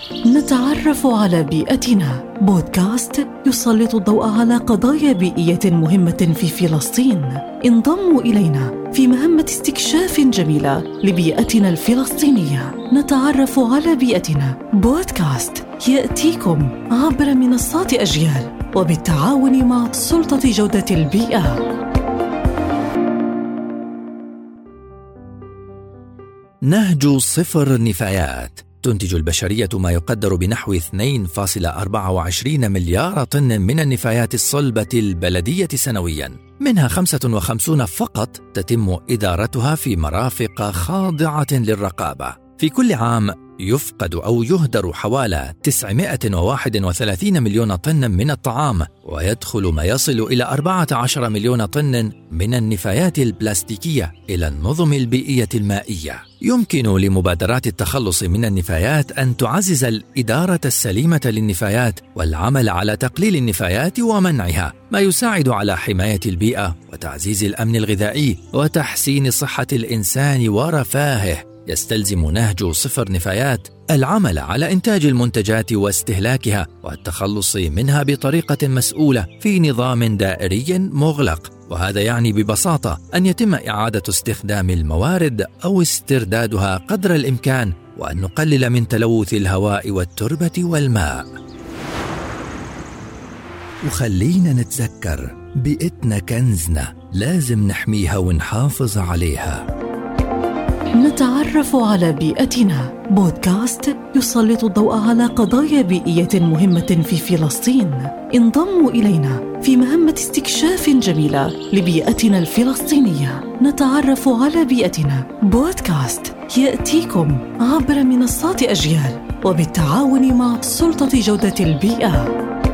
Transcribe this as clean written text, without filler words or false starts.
نتعرف على بيئتنا، بودكاست يسلط الضوء على قضايا بيئية مهمة في فلسطين. انضموا إلينا في مهمة استكشاف جميلة لبيئتنا الفلسطينية. نتعرف على بيئتنا، بودكاست يأتيكم عبر منصات أجيال وبالتعاون مع سلطة جودة البيئة. نهج صفر نفايات. تنتج البشرية ما يقدر بنحو 2.24 مليار طن من النفايات الصلبة البلدية سنوياً، منها 55 فقط تتم إدارتها في مرافق خاضعة للرقابة. في كل عام يفقد أو يهدر حوالي 931 مليون طن من الطعام، ويدخل ما يصل إلى 14 مليون طن من النفايات البلاستيكية إلى النظم البيئية المائية. يمكن لمبادرات التخلص من النفايات أن تعزز الإدارة السليمة للنفايات والعمل على تقليل النفايات ومنعها، ما يساعد على حماية البيئة وتعزيز الأمن الغذائي وتحسين صحة الإنسان ورفاهه. يستلزم نهج صفر نفايات العمل على إنتاج المنتجات واستهلاكها والتخلص منها بطريقة مسؤولة في نظام دائري مغلق، وهذا يعني ببساطة أن يتم إعادة استخدام الموارد أو استردادها قدر الإمكان، وأن نقلل من تلوث الهواء والتربة والماء. وخلينا نتذكر بيئتنا كنزنا، لازم نحميها ونحافظ عليها. نتعرف على بيئتنا، بودكاست يسلط الضوء على قضايا بيئية مهمة في فلسطين. انضموا إلينا في مهمة استكشاف جميلة لبيئتنا الفلسطينية. نتعرف على بيئتنا، بودكاست يأتيكم عبر منصات أجيال وبالتعاون مع سلطة جودة البيئة.